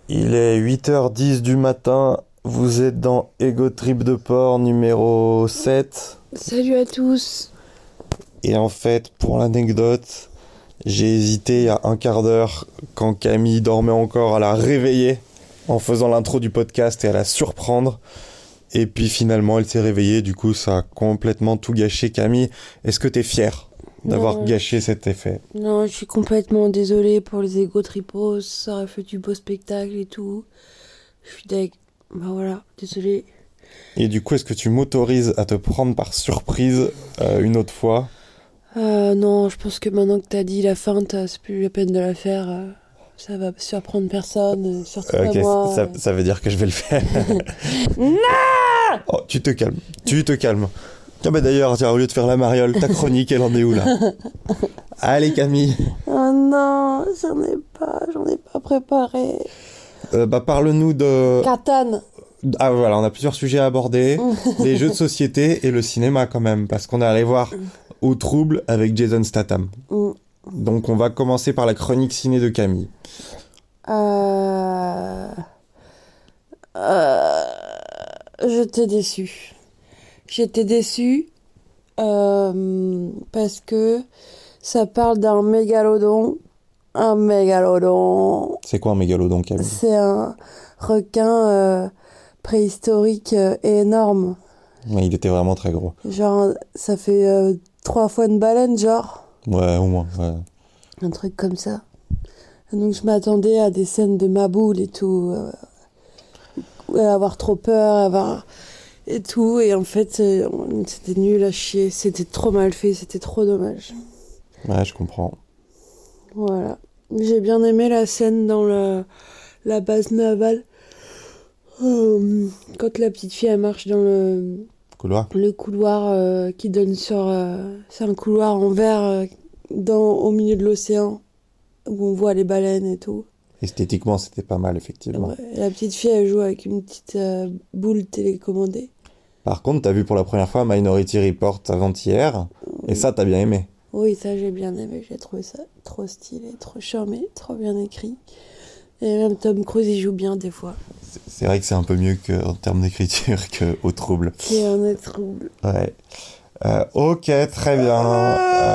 Il est 8h10 du matin, vous êtes dans Ego Trip de Port numéro 7. Salut à tous. Et en fait, pour l'anecdote, j'ai hésité il y a un quart d'heure, quand Camille dormait encore, à la réveiller en faisant l'intro du podcast et à la surprendre. Et puis finalement, elle s'est réveillée, du coup ça a complètement tout gâché. Camille, est-ce que t'es fière d'avoir gâché cet effet? Non, je suis complètement désolée pour les Ego Tripos, ça aurait fait du beau spectacle et tout. Je suis deg. Bah voilà, désolée. Et du coup, est-ce que tu m'autorises à te prendre par surprise une autre fois? Non, je pense que maintenant que t'as dit la fin, c'est plus la peine de la faire. Ça va surprendre personne, surtout pas moi. Ça veut dire que je vais le faire. Non. Oh, tu te calmes. Ah bah d'ailleurs, tiens, au lieu de faire la mariole, ta chronique, elle en est où là? Allez Camille. Oh non, j'en ai pas préparé. Parle-nous de... Catan. Ah voilà, on a plusieurs sujets à aborder. Les jeux de société et le cinéma quand même, parce qu'on est allé voir Au Trouble avec Jason Statham. Donc on va commencer par la chronique ciné de Camille. J'étais déçue. Parce que ça parle d'un mégalodon. Un mégalodon. C'est quoi un mégalodon, Camille? C'est un requin préhistorique énorme. Ouais, il était vraiment très gros. Genre, ça fait 3 fois une baleine, genre. Ouais, au moins, ouais. Un truc comme ça. Donc je m'attendais à des scènes de maboule et tout. Avoir trop peur, et tout. Et en fait, c'était nul à chier. C'était trop mal fait, c'était trop dommage. Ouais, je comprends. Voilà. J'ai bien aimé la scène dans la base navale. Quand la petite fille, elle marche dans le couloir qui donne sur... c'est un couloir en verre au milieu de l'océan, où on voit les baleines et tout. Esthétiquement, c'était pas mal, effectivement. Ouais. La petite fille, elle joue avec une petite boule télécommandée. Par contre, t'as vu pour la première fois Minority Report avant-hier, et ça, t'as bien aimé. Oui, ça, j'ai bien aimé. J'ai trouvé ça trop stylé, trop charmé, trop bien écrit. Et même Tom Cruise, il joue bien des fois. C'est vrai que c'est un peu mieux en termes d'écriture que Au Trouble. Qui est un être trouble. Ouais. Ok, très bien.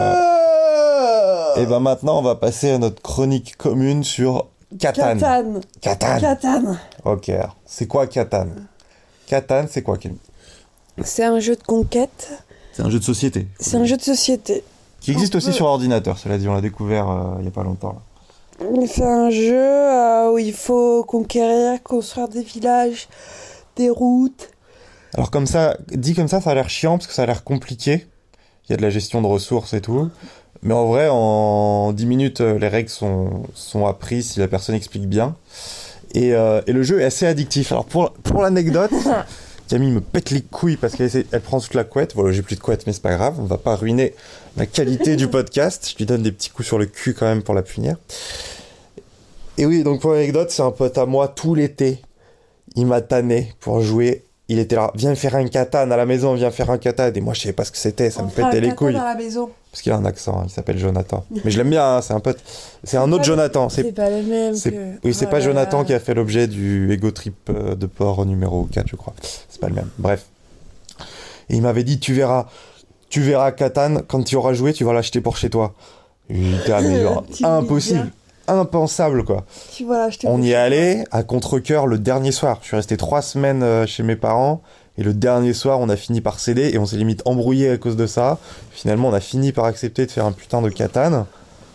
Et ben maintenant, on va passer à notre chronique commune sur Catan. Catan. Ok. C'est quoi Catan? Catan, c'est quoi, Kim? C'est un jeu de conquête. C'est un jeu de société. C'est un jeu de société. Qui existe aussi sur ordinateur, cela dit, on l'a découvert il y a pas longtemps. Là. C'est un jeu où il faut conquérir, construire des villages, des routes. Alors comme ça, dit comme ça a l'air chiant parce que ça a l'air compliqué. Il y a de la gestion de ressources et tout. Mais en vrai, en 10 minutes, les règles sont apprises si la personne explique bien. Et le jeu est assez addictif. Alors pour l'anecdote, Camille me pète les couilles parce qu'elle prend toute la couette. Voilà, j'ai plus de couette, mais c'est pas grave. On va pas ruiner la qualité du podcast. Je lui donne des petits coups sur le cul quand même pour la punir. Et oui, donc pour l'anecdote, c'est un pote à moi tout l'été. Il m'a tanné pour jouer. Il était là, viens faire un Catan à la maison, viens faire un Catan. Et moi, je savais pas ce que c'était, ça me pétait les couilles. À la maison. Parce qu'il a un accent, il s'appelle Jonathan. Mais je l'aime bien, hein, c'est un pote. C'est un autre Jonathan. C'est pas le même Oui, c'est pas Jonathan qui a fait l'objet du Ego Trip de Port numéro 4, je crois. C'est pas le même. Bref. Et il m'avait dit, tu verras Catan, quand tu auras joué, tu vas l'acheter pour chez toi. Et j'étais mais genre, impossible. Impensable, quoi. On y est allé à contre-cœur le dernier soir. Je suis resté 3 semaines chez mes parents. Et le dernier soir, on a fini par céder et on s'est limite embrouillé à cause de ça. Finalement, on a fini par accepter de faire un putain de Catan.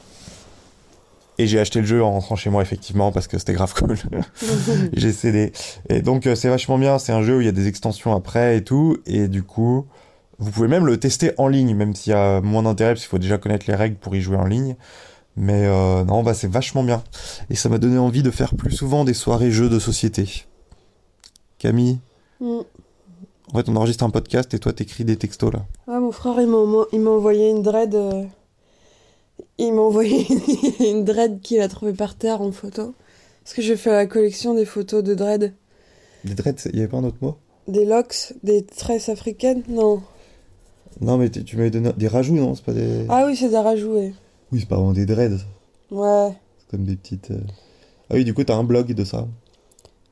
Et j'ai acheté le jeu en rentrant chez moi, effectivement, parce que c'était grave cool. J'ai cédé. Et donc, c'est vachement bien. C'est un jeu où il y a des extensions après et tout. Et du coup, vous pouvez même le tester en ligne, même s'il y a moins d'intérêt, parce qu'il faut déjà connaître les règles pour y jouer en ligne. Mais non, bah c'est vachement bien. Et ça m'a donné envie de faire plus souvent des soirées jeux de société. Camille En fait, on enregistre un podcast et toi, t'écris des textos, là. Ouais, mon frère, il m'a envoyé une dread. Il m'a envoyé une dread qu'il a trouvée par terre en photo. Parce que je fais la collection des photos de dread. Des dreads, il y avait pas un autre mot? Des locks, des tresses africaines? Non. Non, mais tu m'avais donné des rajouts, non? C'est pas des... Ah oui, c'est des rajouts, ouais. Oui, c'est pas vraiment des dreads. Ouais. C'est comme des petites... Ah oui, du coup, t'as un blog de ça.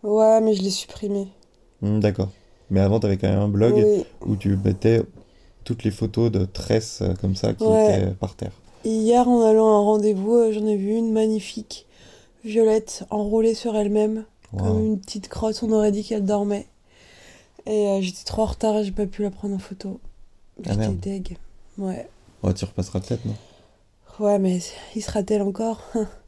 Ouais, mais je l'ai supprimé. D'accord. Mais avant, t'avais quand même un blog Oui. où tu mettais toutes les photos de tresses comme ça qui Ouais. étaient par terre. Et hier, en allant à un rendez-vous, j'en ai vu une magnifique, violette, enroulée sur elle-même, comme Waouh. une petite crotte. On aurait dit qu'elle dormait. Et j'étais trop en retard et j'ai pas pu la prendre en photo. Ah J'étais merde. deg. Ouais. Oh, tu repasseras peut-être, non? Ouais, mais y sera-t-elle encore?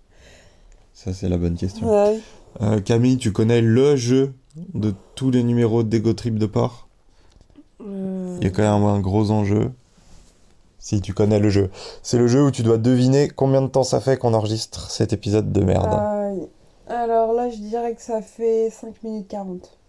Ça, c'est la bonne question. Ouais. Camille, tu connais le jeu de tous les numéros d'Ego Trip de Port? Il y a quand même un gros enjeu. Si tu connais le jeu. C'est le jeu où tu dois deviner combien de temps ça fait qu'on enregistre cet épisode de merde. Alors là, je dirais que ça fait 5 minutes 40.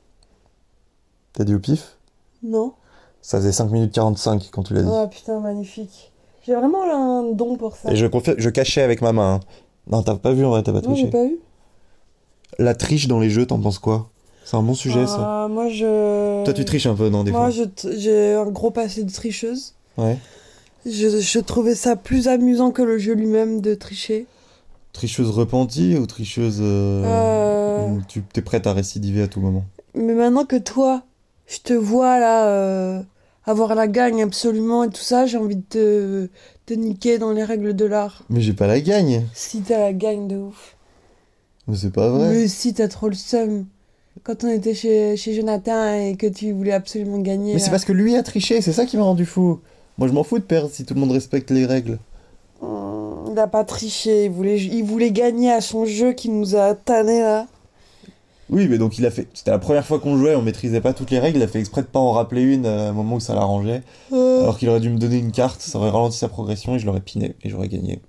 T'as dit au pif? Non? Ça faisait 5 minutes 45 quand tu l'as dit. Oh putain, magnifique. J'ai vraiment un don pour ça. Et je cachais avec ma main. Hein. Non, t'as pas vu en vrai, t'as pas Non, j'ai triché. pas eu. La triche dans les jeux, t'en penses quoi? C'est un bon sujet, ça. Moi, je... Toi, tu triches un peu, non, des Moi, fois? j'ai un gros passé de tricheuse. Ouais. Je trouvais ça plus amusant que le jeu lui-même de tricher. Tricheuse repentie ou tricheuse où tu t'es prête à récidiver à tout moment? Mais maintenant que toi, je te vois là avoir la gagne absolument et tout ça, j'ai envie de te niquer dans les règles de l'art. Mais j'ai pas la gagne. Si t'as la gagne de ouf. Mais c'est pas vrai. Mais si t'as trop le seum. Quand on était chez Jonathan et que tu voulais absolument gagner. Mais c'est là. parce que lui a triché, c'est ça qui m'a rendu fou. Moi, je m'en fous de perdre si tout le monde respecte les règles. Il a pas triché, il voulait gagner à son jeu qui nous a tannés là. Oui, mais donc il a fait. C'était la première fois qu'on jouait, on maîtrisait pas toutes les règles. Il a fait exprès de pas en rappeler une à un moment où ça l'arrangeait. Alors qu'il aurait dû me donner une carte, ça aurait ralenti sa progression et je l'aurais piné et j'aurais gagné.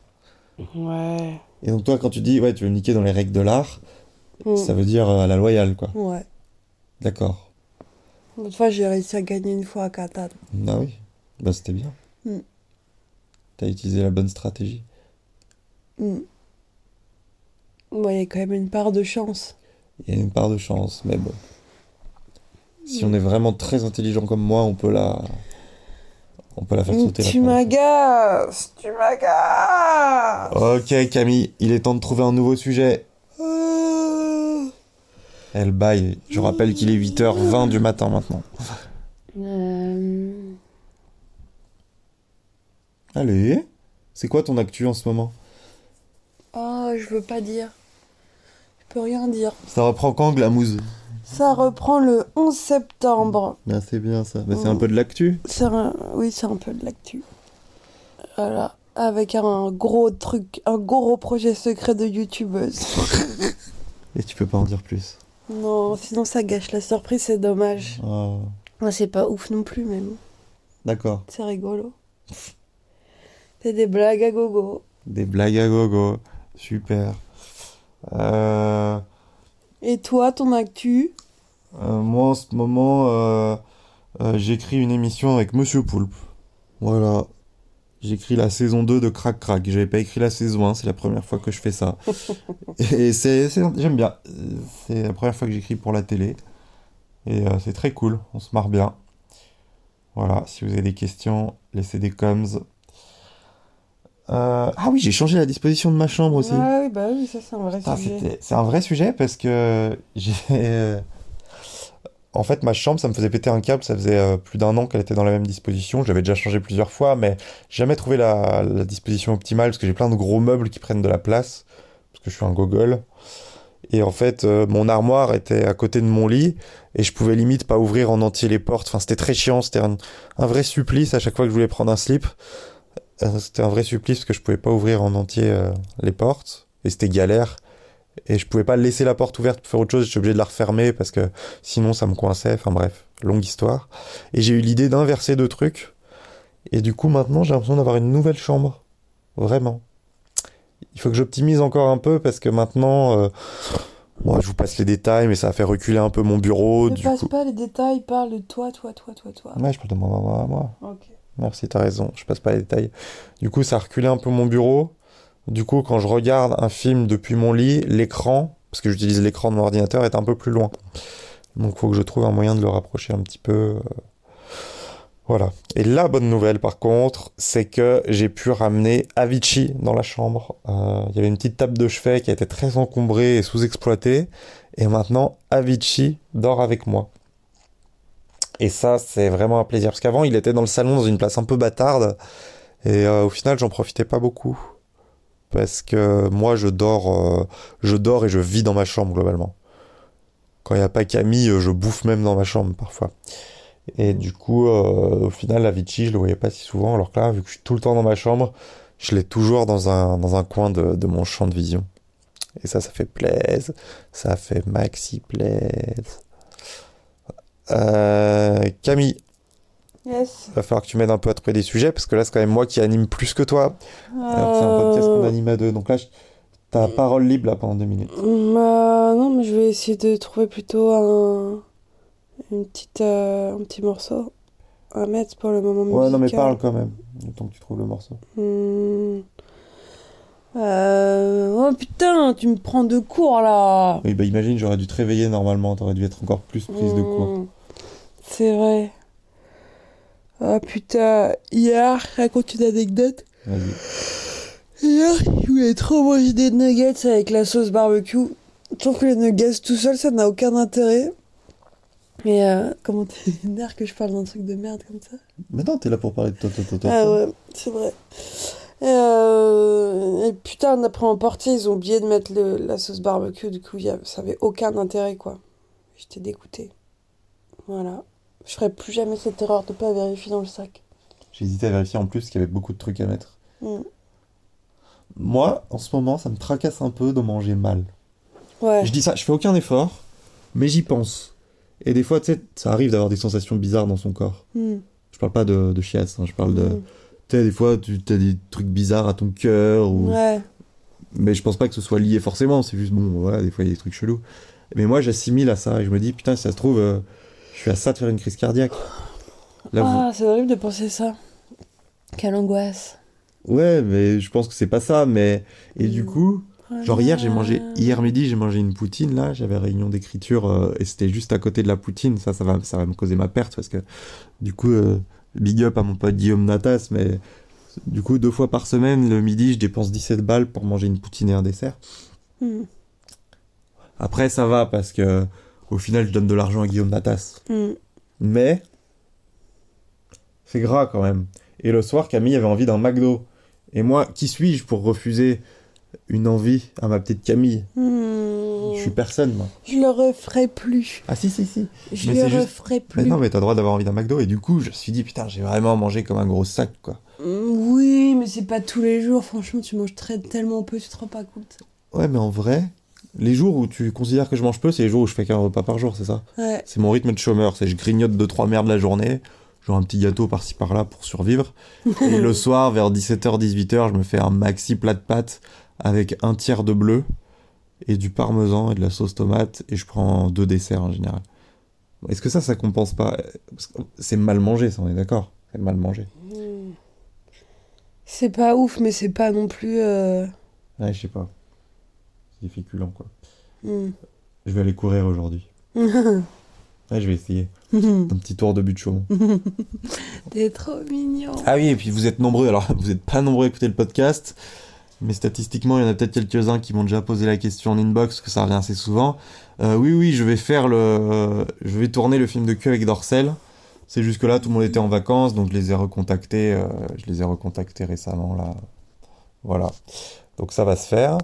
Ouais. Et donc toi, quand tu dis ouais, tu veux me niquer dans les règles de l'art, ça veut dire à la loyale, quoi. Ouais. D'accord. L'autre fois, j'ai réussi à gagner une fois à Catan. Ah oui, bah c'était bien. Mm. T'as utilisé la bonne stratégie. Ouais, il y a quand même une part de chance. Il y a une part de chance, mais bon. Si on est vraiment très intelligent comme moi, on peut la faire sauter la Tu première m'agaces, tu m'agaces. fois. Ok Camille, il est temps de trouver un nouveau sujet. Elle baille. Je rappelle qu'il est 8h20 du matin maintenant. Allez, c'est quoi ton actu en ce moment? Oh, je veux pas dire. Je peux rien dire. Ça reprend quand, Glamouze? Ça reprend le 11 septembre. Ben, c'est bien ça. Ben, c'est un peu de l'actu. Oui, c'est un peu de l'actu. Voilà. Avec un gros truc, un gros projet secret de youtubeuse. Et tu peux pas en dire plus. Non, sinon ça gâche la surprise, c'est dommage. Oh. Moi, c'est pas ouf non plus, mais bon, D'accord. c'est rigolo. C'est des blagues à gogo. Des blagues à gogo. Super. Et toi, ton actu? Moi, en ce moment, j'écris une émission avec Monsieur Poulpe. Voilà. J'écris la saison 2 de Crac Crac. J'avais pas écrit la saison 1, c'est la première fois que je fais ça. Et j'aime bien. C'est la première fois que j'écris pour la télé. Et c'est très cool, on se marre bien. Voilà, si vous avez des questions, laissez des coms. Ah oui, j'ai changé la disposition de ma chambre aussi. Ah oui, bah oui, ça c'est un vrai Putain, sujet. c'est un vrai sujet parce que en fait, ma chambre, ça me faisait péter un câble. Ça faisait plus d'1 an qu'elle était dans la même disposition. Je l'avais déjà changé plusieurs fois, mais j'ai jamais trouvé la disposition optimale parce que j'ai plein de gros meubles qui prennent de la place. Parce que je suis un gogol. Et en fait, mon armoire était à côté de mon lit et je pouvais limite pas ouvrir en entier les portes. Enfin, c'était très chiant. C'était un vrai supplice à chaque fois que je voulais prendre un slip. C'était un vrai supplice parce que je pouvais pas ouvrir en entier les portes. Et c'était galère. Et je pouvais pas laisser la porte ouverte pour faire autre chose. J'étais obligé de la refermer parce que sinon ça me coinçait. Enfin bref, longue histoire. Et j'ai eu l'idée d'inverser deux trucs. Et du coup, maintenant, j'ai l'impression d'avoir une nouvelle chambre. Vraiment. Il faut que j'optimise encore un peu parce que maintenant, moi, je vous passe les détails, mais ça a fait reculer un peu mon bureau. Ne Du passe coup... pas les détails, parle de toi. Ouais, je peux te demander à moi. Ok. Merci, t'as raison, je passe pas les détails. Du coup, ça a reculé un peu mon bureau. Du coup, quand je regarde un film depuis mon lit, l'écran, parce que j'utilise l'écran de mon ordinateur, est un peu plus loin. Donc, il faut que je trouve un moyen de le rapprocher un petit peu. Voilà. Et la bonne nouvelle, par contre, c'est que j'ai pu ramener Avicii dans la chambre. Il y avait une petite table de chevet qui a été très encombrée et sous-exploitée. Et maintenant, Avicii dort avec moi. Et ça, c'est vraiment un plaisir. Parce qu'avant, il était dans le salon, dans une place un peu bâtarde. Et au final, j'en profitais pas beaucoup. Parce que moi, je dors et je vis dans ma chambre, globalement. Quand il n'y a pas Camille, je bouffe même dans ma chambre, parfois. Et du coup, au final, Avicii, je le voyais pas si souvent. Alors que là, vu que je suis tout le temps dans ma chambre, je l'ai toujours dans un coin de mon champ de vision. Et ça fait plaise. Ça fait maxi plaise. Camille, Yes. va falloir que tu m'aides un peu à trouver des sujets, parce que là, c'est quand même moi qui anime plus que toi. Alors que c'est un podcast qu'on anime à deux. Donc là, t'as parole libre là pendant 2 minutes. Non, mais je vais essayer de trouver plutôt un petit morceau à mettre pour le moment musical. Ouais, non, mais parle quand même, le temps que tu trouves le morceau. Oh putain, tu me prends de court là. Oui, bah imagine, j'aurais dû te réveiller normalement, t'aurais dû être encore plus prise de court. C'est vrai. Ah putain, hier, je raconte une anecdote. Vas-y. Hier, je voulais trop manger des nuggets avec la sauce barbecue. Je trouve que les nuggets tout seul, ça n'a aucun intérêt. Mais comment t'es énervé que je parle d'un truc de merde comme ça? Mais non, t'es là pour parler de toi. Ah ouais, c'est vrai. Et putain, d'après mon portier, ils ont oublié de mettre la sauce barbecue. Du coup, ça avait aucun intérêt, quoi. J'étais dégoûtée. Voilà. Je ferai plus jamais cette erreur de pas vérifier dans le sac. J'ai hésité à vérifier en plus qu'il y avait beaucoup de trucs à mettre. Moi, en ce moment, ça me tracasse un peu de manger mal. Ouais. Je dis ça, je fais aucun effort, mais j'y pense. Et des fois, tu sais, ça arrive d'avoir des sensations bizarres dans son corps. Je parle pas de chiasse, hein, je parle de... Tu sais, des fois, t'as des trucs bizarres à ton cœur. Ouais. Mais je pense pas que ce soit lié forcément, c'est juste, bon, voilà, des fois, il y a des trucs chelous. Mais moi, j'assimile à ça, et je me dis, putain, si ça se trouve, je suis à ça de faire une crise cardiaque. Là, c'est horrible de penser ça. Quelle angoisse. Ouais, mais je pense que c'est pas ça, mais... Et du coup, genre hier midi, j'ai mangé une poutine, là, j'avais réunion d'écriture, et c'était juste à côté de la poutine, ça va me causer ma perte, parce que, du coup, big up à mon pote Guillaume Natas, mais du coup, 2 fois par semaine, le midi, je dépense 17 balles pour manger une poutine et un dessert. Après, ça va, parce que, au final, je donne de l'argent à Guillaume Natas. Mais, c'est gras, quand même. Et le soir, Camille avait envie d'un McDo. Et moi, qui suis-je pour refuser une envie à ma petite Camille? Je suis personne, moi. Je le referai plus. Ah si. Je Mais le referai plus. Mais non, mais t'as le droit d'avoir envie d'un McDo. Et du coup, je me suis dit, putain, j'ai vraiment mangé comme un gros sac, quoi. Oui, mais c'est pas tous les jours. Franchement, tu manges tellement peu, tu te rends pas compte. Ouais, mais en vrai, les jours où tu considères que je mange peu, c'est les jours où je fais qu'un repas par jour, c'est ça? Ouais. C'est mon rythme de chômeur. C'est je grignote 2-3 merdes la journée. Genre un petit gâteau par-ci par-là pour survivre. Et le soir, vers 17h, 18h, je me fais un maxi plat de pâtes avec un tiers de bleu et du parmesan et de la sauce tomate, et je prends 2 desserts en général. Est-ce que ça compense pas? Parce que c'est mal mangé, ça, on est d'accord? C'est mal mangé. C'est pas ouf, mais c'est pas non plus... Ouais, je sais pas. C'est féculent, quoi. Je vais aller courir aujourd'hui. Ouais, je vais essayer. Un petit tour de but de chaumont. T'es trop mignon. Ah oui, et puis vous êtes nombreux, alors vous êtes pas nombreux à écouter le podcast, mais statistiquement, il y en a peut-être quelques-uns qui m'ont déjà posé la question en inbox, que ça revient assez souvent. Oui, je vais tourner le film de queue avec Dorcel. C'est jusque là, tout le monde était en vacances, donc je les ai recontactés récemment, là. Voilà. Donc ça va se faire.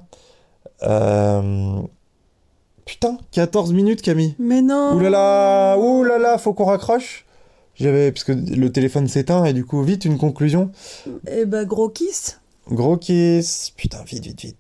Putain, 14 minutes, Camille. Mais non. Ouh là là, faut qu'on raccroche. Parce que le téléphone s'éteint, et du coup, vite, une conclusion. Eh bah, gros kiss. Gros kiss. Putain, vite.